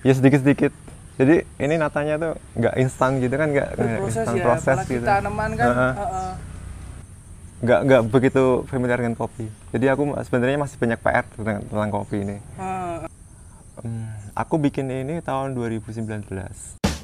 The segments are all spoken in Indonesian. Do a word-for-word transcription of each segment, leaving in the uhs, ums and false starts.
Ya sedikit-sedikit. Jadi ini natanya tuh nggak instan gitu kan, nggak Berproses instan ya, proses apalagi gitu. tanaman kan. Uh-uh. Uh-uh. nggak nggak begitu familiar dengan kopi. Jadi aku sebenarnya masih banyak P R tentang, tentang kopi ini. Uh. Hmm, aku bikin ini tahun dua ribu sembilan belas.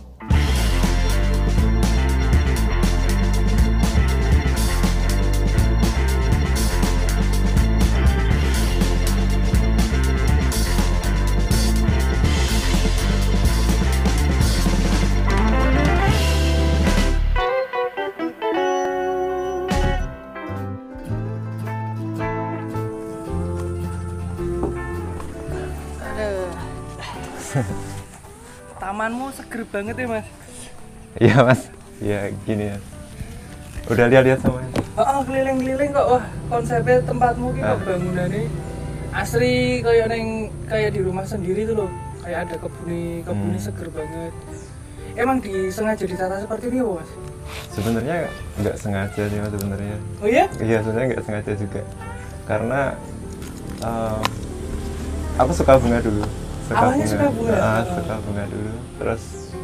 Tamanmu seger banget ya mas? Iya mas, ya gini ya. Udah lihat-lihat semuanya? Oh, keliling-keliling kok, wah konsepnya tempatmu gitu, ah. bangunannya asri kayak neng kayak di rumah sendiri tuh loh, kayak ada kebun kebun hmm. seger banget. Emang disengaja ditata seperti ini mas? Sebenarnya nggak sengaja sih mas sebenarnya. Oh iya? Iya sebenarnya nggak sengaja juga, karena uh, aku suka bunga dulu. Suka Awalnya bunga. suka bunga? Ah, suka bunga dulu, terus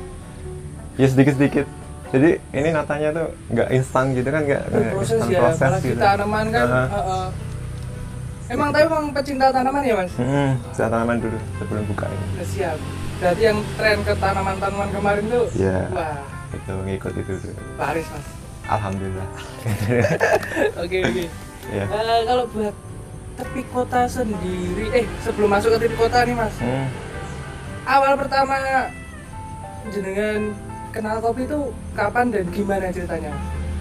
ya sedikit-sedikit. Jadi ini natanya tuh nggak instan gitu kan, nggak berproses instan ya, proses apalagi gitu. tanaman kan. Uh-huh. Uh-uh. Emang tapi emang pecinta tanaman ya mas? Hmm, saya tanaman dulu sebelum buka ini. Nah, siap. Berarti yang tren ke tanaman-tanaman kemarin tuh, ya, wah. Itu ngikut itu tuh. Paris mas. Alhamdulillah. Oke oke. Ya. Uh, kalau buat tepi kota sendiri, eh sebelum masuk ke tepi kota nih mas, hmm. awal pertama jenengan kenal kopi itu kapan dan gimana ceritanya?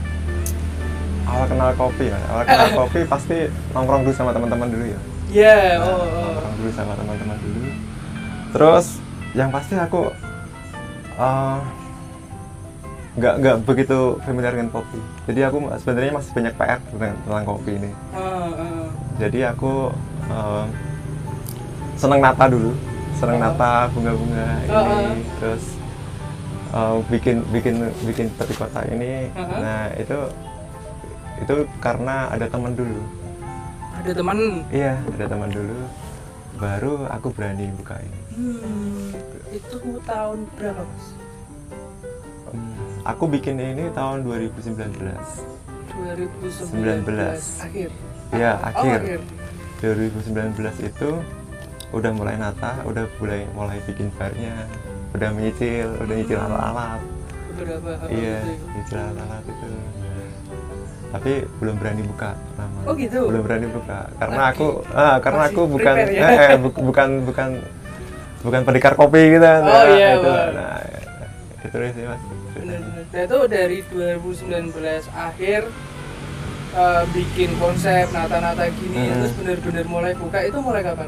Awal kenal kopi ya, awal kenal kopi pasti nongkrong dulu sama teman-teman dulu ya. Iya. Yeah, nah, oh, oh. Nongkrong dulu sama teman-teman dulu. Terus yang pasti aku uh, nggak nggak begitu familiar dengan kopi. Jadi aku sebenarnya masih banyak P R tentang, tentang kopi ini. Uh, uh. Jadi aku uh, seneng nata dulu, seneng uh. nata bunga-bunga uh, ini, uh. terus uh, bikin bikin bikin tepi kota ini. Uh -huh. Nah itu itu karena ada teman dulu. Ada teman? Iya, ada teman dulu. Baru aku berani buka ini. Hmm, itu tahun berapa mas? Um, aku bikin ini tahun dua ribu sembilan belas. dua ribu sembilan belas akhir. Iya, oh, akhir. akhir. dua ribu sembilan belas itu udah mulai nata, udah mulai mulai bikin barnya, udah menyicil, hmm. udah nyicil alat-alat. Berapa? Iya, nyicil alat-alat itu. Tapi belum berani buka nama. Oh gitu. Belum berani buka karena Lagi. aku ah karena Masih aku bukan prepare, ya? eh, bu, bukan bukan bukan pendekar kopi gitu. Oh nah, iya. Itu, nah, itu sih mas. Benar-benar. Nah, itu dari dua ribu sembilan belas akhir uh, bikin konsep nata-nata gini, hmm. terus benar-benar mulai buka itu mulai kapan?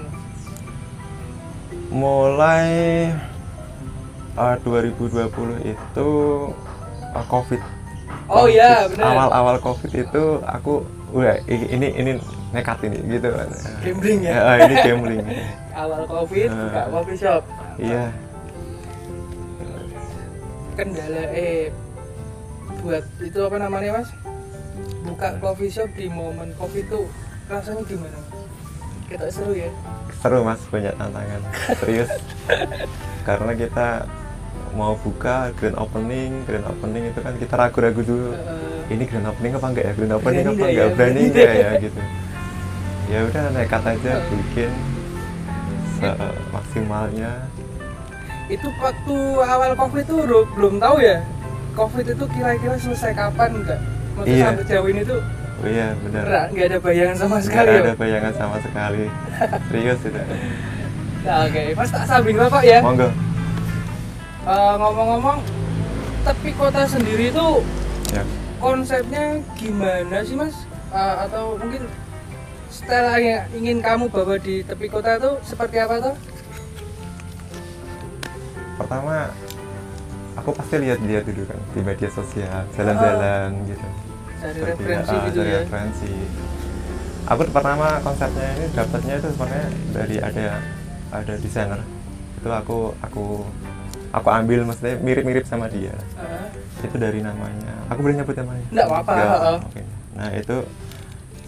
Mulai uh, dua ribu dua puluh itu uh, COVID. Oh iya benar. Awal-awal COVID itu aku udah ini ini nekat ini gitu. Gambling ya. Ya ini gambling. Awal COVID uh, buka coffee shop. Iya. Kendala eh buat itu apa namanya mas? Buka coffee shop di momen COVID itu rasanya gimana? Kita seru ya? Seru mas, banyak tantangan. Serius. Karena kita mau buka grand opening, grand opening itu kan kita ragu-ragu dulu. Uh, ini grand opening apa enggak ya? Grand opening apa enggak? Ya, berani enggak ya gitu. Ya udah nekat aja uh, bikin semaksimalnya. Itu waktu awal COVID itu belum tahu ya. COVID itu kira-kira selesai kapan enggak? Maksudnya iya. Sampai jauh ini tuh. Oh iya benar. Enggak ada bayangan sama sekali. Enggak ada bayangan sama sekali. Serius itu. Nah, oke, okay. Mas tak sambil rokok ya. Monggo. Uh, ngomong-ngomong, tepi kota sendiri itu ya. Konsepnya gimana sih mas? Uh, atau mungkin style yang ingin kamu bawa di tepi kota itu seperti apa tuh? Pertama, aku pasti lihat-lihat dulu kan di media sosial, jalan-jalan oh. gitu. Cari referensi uh, gitu cari ya? referensi. Aku pertama konsepnya ini dapatnya itu sebenarnya dari ada ada desainer. Itu aku aku aku ambil maksudnya mirip-mirip sama dia. Uh. Itu dari namanya. Aku boleh nyebut namanya? Enggak apa-apa. Uh. Okay. Nah itu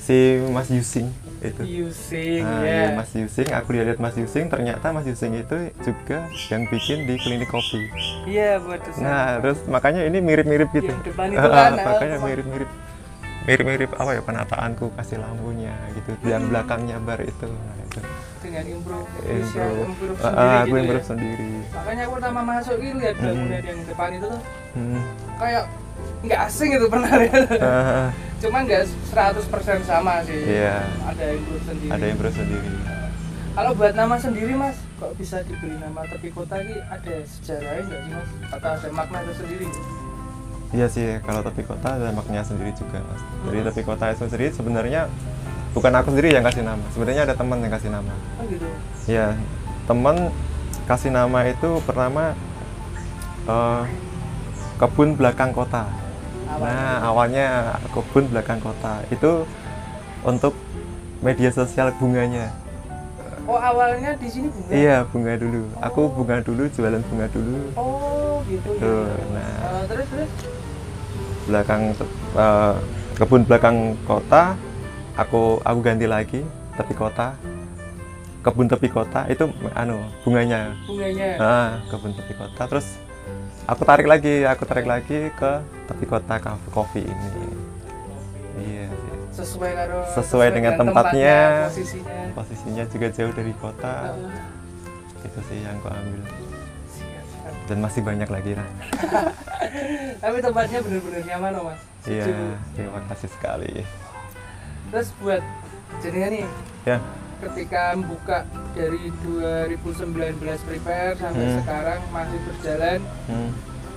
si Mas Yusing itu. Yusing Nah, ya. iya, Mas Yusing, aku lihat Mas Yusing, ternyata Mas Yusing itu juga yang bikin di klinik kopi. Iya, buat desain. Nah, terus makanya ini mirip-mirip gitu. Yang depan itu kan, makanya apa? mirip-mirip. Mirip-mirip apa ya penataanku, kasih lampunya gitu. Yang Hmm. belakangnya bar itu. Nah, itu. Dengan improve, Improve. improve Ah, sendiri ah, aku gitu improve ya. sendiri. Makanya aku pertama masuk ini lihat Hmm. bangunan yang depan itu tuh Hmm. kayak nggak asing gitu pernah ya. Ah, Cuman nggak seratus persen sama sih. Iya. Ada improve sendiri. ada improve sendiri. Kalau buat nama sendiri mas, kok bisa diberi nama tepi kota ini ada sejarahnya nggak sih mas? Atau ada makna tersendiri? Iya sih, kalau tepi kota ada maknanya sendiri juga, Mas. Jadi tepi kota itu sendiri sebenarnya bukan aku sendiri yang kasih nama. Sebenarnya ada teman yang kasih nama. Oh gitu. Ya, teman kasih nama itu pertama eh, kebun belakang kota. Awalnya. Nah, awalnya kebun belakang kota itu untuk media sosial bunganya. Oh awalnya di sini bunga? Iya, bunga dulu. Aku bunga dulu, jualan bunga dulu. Oh gitu. Tuh, gitu. nah. Eh, terus terus? Belakang eh, kebun belakang kota, aku aku ganti lagi tepi kota. Kebun tepi kota itu anu bunganya. Bunganya. Nah, kebun tepi kota terus aku tarik lagi, aku tarik lagi ke tepi kota Cafe Coffee ini. Iya, sih. Sesuai karo Sesuai dengan tempatnya. posisinya. Posisinya juga jauh dari kota. Uh, Itu sih yang aku ambil. siap, siap. Dan masih banyak lagi lah. Tapi tempatnya benar-benar nyaman loh mas. Iya, Sejuk. terima kasih sekali. Terus buat jadinya nih, Ya, ketika buka dari dua ribu sembilan belas prepare sampai Hmm. sekarang masih berjalan, hmm.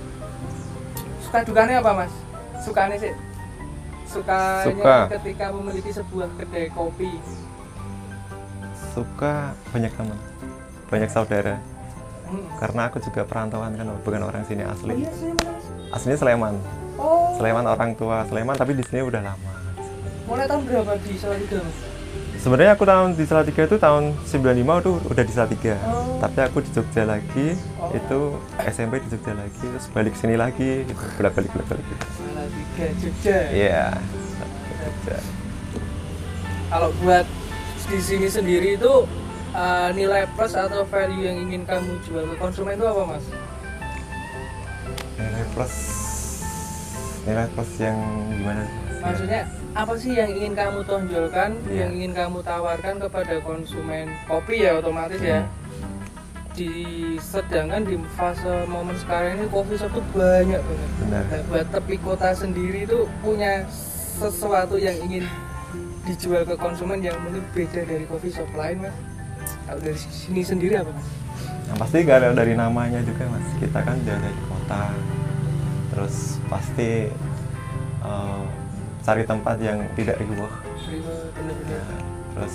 suka dukanya apa mas? Sukanya sih? Sukanya Suka. ketika memiliki sebuah kedai kopi. Suka banyak teman, banyak saudara. Hmm. Karena aku juga perantauan kan, bukan orang sini Oh asli. iya sih mas. Aslinya Sleman, Oh, Sleman orang tua Sleman, tapi di sini udah lama. mulai tahun berapa di Salatiga mas? Sebenarnya aku tahun di Salatiga itu tahun sembilan puluh lima itu udah di Salatiga. Oh. Tapi aku di Jogja lagi, Oh. itu S M P di Jogja lagi, terus balik sini lagi, gitu. bolak-balik bolak-balik gitu. Salatiga Jogja. Iya. Jogja. Kalau buat di sini sendiri itu uh, nilai plus atau value yang ingin kamu jual ke konsumen itu apa mas? Nilai plus, nilai plus yang gimana? Maksudnya apa sih yang ingin kamu tonjolkan, Iya. yang ingin kamu tawarkan kepada konsumen kopi ya otomatis ya. Hmm. Di sedangkan di fase momen sekarang ini coffee shop tuh banyak banget. Benar. Nah, buat tepi kota sendiri itu punya sesuatu yang ingin dijual ke konsumen yang mungkin beda dari coffee shop lain mas. Kalau dari sini sendiri apa mas? Yang pasti gak ada dari namanya juga mas. Kita kan jauh dari kota, terus pasti eh, cari tempat yang tidak riuh. Bener-bener. Ya, terus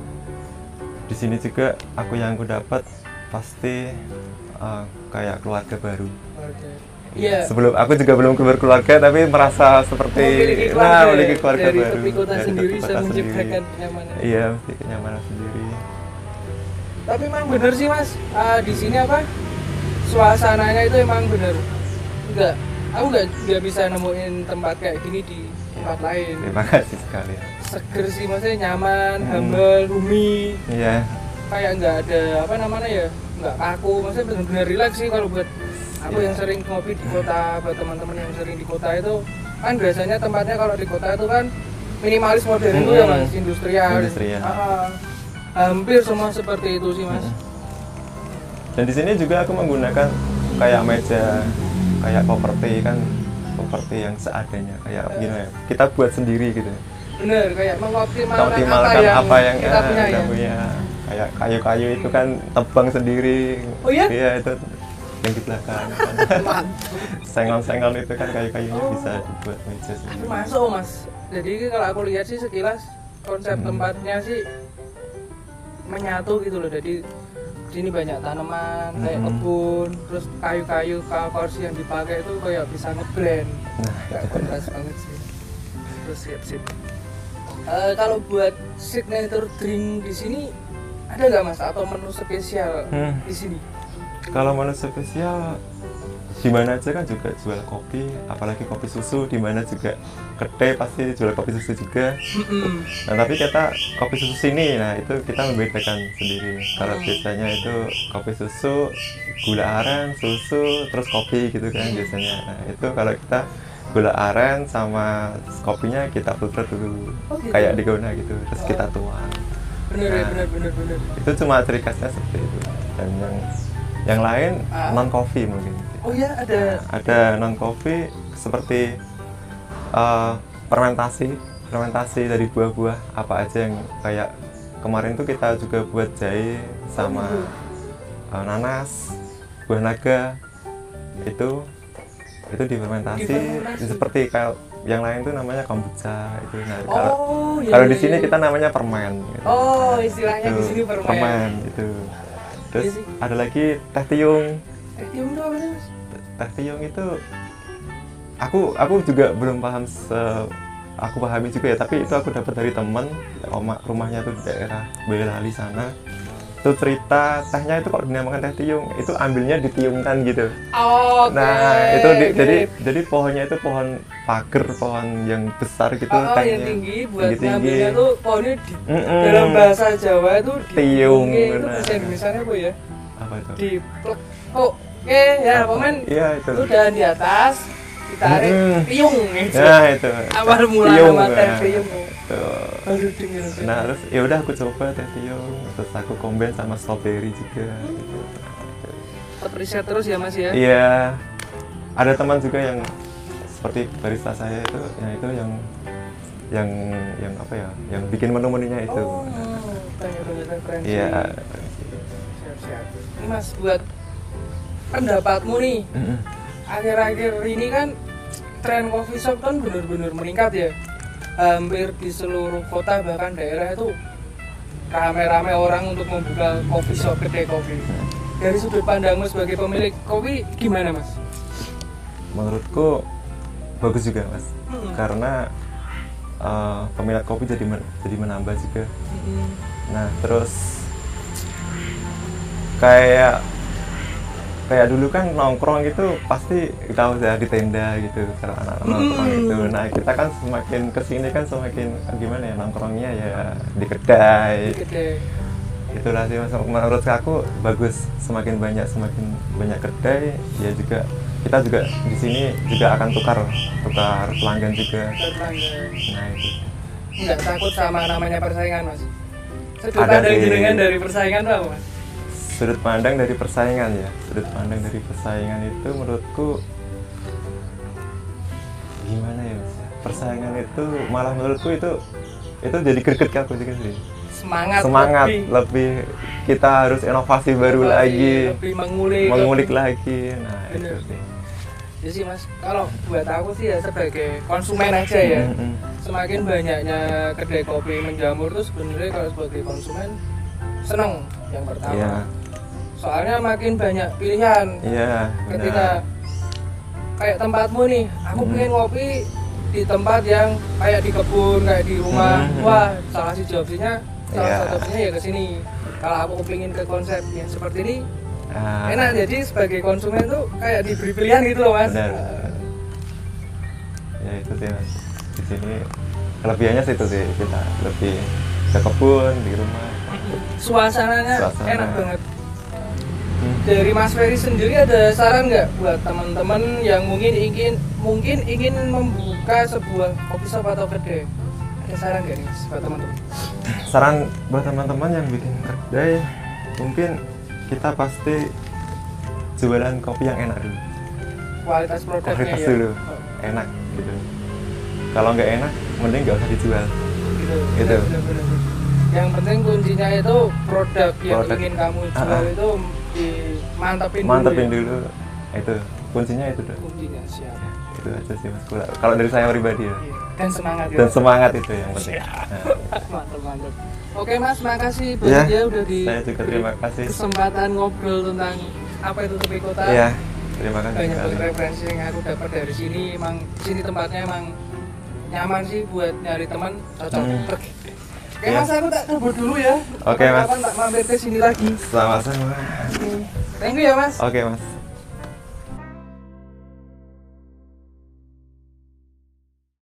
di sini juga aku yang aku dapat pasti eh, kayak keluarga baru. Keluarga. Iya. Sebelum aku juga belum berkeluarga tapi merasa seperti Memiliki keluarga, nah ya? memiliki keluarga dari baru. tepi kota Dari sendiri tepi bisa kota sendiri. menciptakan kenyamanan. Iya, mesti kenyamanan sendiri. Tapi memang bener sih mas, ah, di sini apa suasananya itu emang bener. Enggak, aku nggak nggak bisa nemuin tempat kayak gini di tempat lain. Terima kasih sekali. Seger sih maksudnya nyaman, Hmm. humble, rumi. Iya. Kayak nggak ada apa namanya ya, nggak kaku. Maksudnya bener-bener relax sih kalau buat aku Iya. yang sering ngopi di kota, buat teman-teman yang sering di kota itu kan biasanya tempatnya kalau di kota itu kan minimalis modern itu ya Hmm. mas, industrial. Industrial. Ah, hampir semua seperti itu sih mas. Dan di sini juga aku menggunakan kayak meja, kayak properti kan, properti yang seadanya, kayak gini ya. Kita buat sendiri gitu. Bener, kayak mengoptimalkan, Mengoptimalkan apa yang, apa yang kita ah, punya kita ya. punya. Kayak kayu-kayu itu kan tebang sendiri. Oh iya? Iya itu yang di belakang. Sengon-sengon itu kan kayu-kayunya Oh. bisa dibuat meja sendiri. Tapi masuk mas. Jadi kalau aku lihat sih sekilas konsep Hmm. tempatnya sih menyatu gitu loh. Jadi sini banyak tanaman kayak Hmm. kebun, terus kayu-kayu kursi yang dipakai itu kayak bisa ngeblend. Nah, Kayak kontras banget sih. Terus sip-sip. Eh, kalau buat signature drink di sini ada nggak mas atau menu spesial Hmm. di sini? kalau menu spesial di mana aja kan juga jual kopi, apalagi kopi susu, di mana juga kedai pasti jual kopi susu juga. Mm-mm. Nah tapi kita kopi susu sini, nah itu kita membedakan sendiri. Kalau biasanya itu kopi susu, gula aren, susu, terus kopi gitu kan biasanya. Nah itu kalau kita gula aren sama kopinya kita filter dulu, Oh, gitu? kayak di gona gitu, terus Oh. kita tuang. Bener ya, Nah. bener bener bener. Itu cuma ciri khasnya seperti itu. Dan yang yang lain Ah. non coffee mungkin. Oh ya, ada. Ada non coffee seperti uh, fermentasi, fermentasi dari buah-buah apa aja yang kayak kemarin tuh kita juga buat jahe sama uh, nanas, buah naga itu itu difermentasi. Difermentasi. Seperti kalau yang lain tuh namanya kombucha itu. Nah, kalau Oh, iya, kalau iya, di sini iya. kita namanya permen. Gitu. Oh, istilahnya Itu, di sini permen. permen itu. Terus Iya sih. ada lagi teh tiung. Eh, tiung itu apa sih, Mas? Teh tiung itu aku aku juga belum paham se aku pahami juga ya, tapi itu aku dapat dari temen oma rumahnya tuh di daerah Boyolali sana. Itu cerita tehnya itu kok dinamakan teh tiung, itu ambilnya ditiungkan gitu. Oh, Nah, itu di- jadi jadi pohonnya itu pohon pager, pohon yang besar gitu oh, oh, tehnya. yang tinggi buat Tinggi-tinggi. ngambilnya tuh pohonnya di Mm-mm. dalam bahasa Jawa itu Tiung, itu benar. bahasa Indonesia apa ya? Apa itu? Di plek. Oh, oke ya, pokoknya Iya itu. udah di atas ditarik Mm-mm. tiung gitu. Nah, itu. Awal mula Tiung, nama teh nah. tiung. Tuh. Baru dengar. Nah terus ya udah aku coba teh tiung, terus aku combine sama strawberry juga. Gitu. Tetap riset terus ya, Mas ya. Iya, ada teman juga yang seperti barista saya itu, ya itu yang yang yang apa ya, yang bikin menu-menunya itu. Oh, banyak banget referensi. Iya. Siap-siap. Ini Mas, buat pendapatmu nih, Mm-mm. akhir-akhir ini kan tren coffee shop kan bener-bener meningkat ya. Hampir di seluruh kota bahkan daerah itu rame-rame orang untuk membuka coffee shop, kedai kopi. Dari sudut pandangmu sebagai pemilik kopi gimana, Mas? Menurutku bagus juga mas, Mm-mm. karena uh, peminat kopi jadi men- jadi menambah juga. Mm-mm. Nah terus kayak kayak dulu kan nongkrong gitu pasti tahu ya di tenda gitu kalau anak-anak nongkrong Hmm. gitu. Nah kita kan semakin kesini kan semakin gimana ya nongkrongnya ya di kedai. Di kedai. Itulah sih mas, menurut aku bagus, semakin banyak semakin banyak kedai ya juga kita juga di sini juga akan tukar tukar pelanggan juga. Pelanggan. Nah itu Nggak takut sama namanya persaingan, Mas? Sudut Ada pandang sih. jenengan dari persaingan tuh apa, Mas? sudut pandang dari persaingan ya sudut pandang dari persaingan itu menurutku gimana ya mas ya? Persaingan itu malah menurutku itu itu jadi greget ke aku juga sih, Semangat, semangat lebih, lebih kita harus inovasi baru lebih- lagi lebih mengulik, mengulik lebih- lagi. Nah itu Bener. sih. Ya sih Mas, kalau buat aku sih ya sebagai konsumen aja ya, Mm-mm. semakin banyaknya kedai kopi menjamur tuh sebenarnya kalau sebagai konsumen seneng yang pertama. Iya Soalnya makin banyak pilihan. iya Ketika benar. kayak tempatmu nih, aku Mm. pengen ngopi di tempat yang kayak di kebun, kayak di rumah. Mm. Wah, salah satu opsinya, salah Iya. satu opsinya ya ke sini. Kalau aku pengen ke konsep yang seperti ini, Ah, enak. Jadi sebagai konsumen tuh kayak diberi pilihan gitu loh Mas. benar, benar. Ya itu sih mas, di sini kelebihannya sih itu sih, kita lebih ke kebun di rumah. Suasananya Suasana. enak banget. Hmm. Dari Mas Ferry sendiri ada saran nggak buat teman-teman yang mungkin ingin mungkin ingin membuka sebuah coffee shop atau kedai? Ada saran nggak nih Mas buat teman-teman? Saran buat teman-teman yang bikin kedai, mungkin kita pasti jualan kopi yang enak dulu, Kualitas produknya kualitas ya. dulu, Oh, enak gitu. Kalau nggak enak, mending nggak usah dijual. gitu. Gitu. Benar, benar, benar. Yang penting kuncinya itu produk yang Produk. ingin kamu jual Ah, ah. itu dimantepin Mantepin dulu. dulu, itu kuncinya itu deh. Ya. Kuncinya siap. Ya, itu aja sih mas. Kalau- Kalau dari saya pribadi ya. Iya. Dan semangat ya. Dan semangat itu yang penting. Siap. Nah, Mantap, mantap. Oke Mas, makasih Ya, banyak ya udah di saya juga terima kasih. kesempatan ngobrol tentang apa itu tepi kota. Iya, terima kasih Banyak sekali. banget referensi yang aku dapat dari sini. Emang sini tempatnya emang nyaman sih buat nyari teman, cocok. Hmm. Oke. Oke Iya. Mas, aku tak cabut dulu ya. Oke, Mas. Kapan tak mampir ke sini lagi. Sama-sama. Oke. Thank you ya Mas. Oke mas.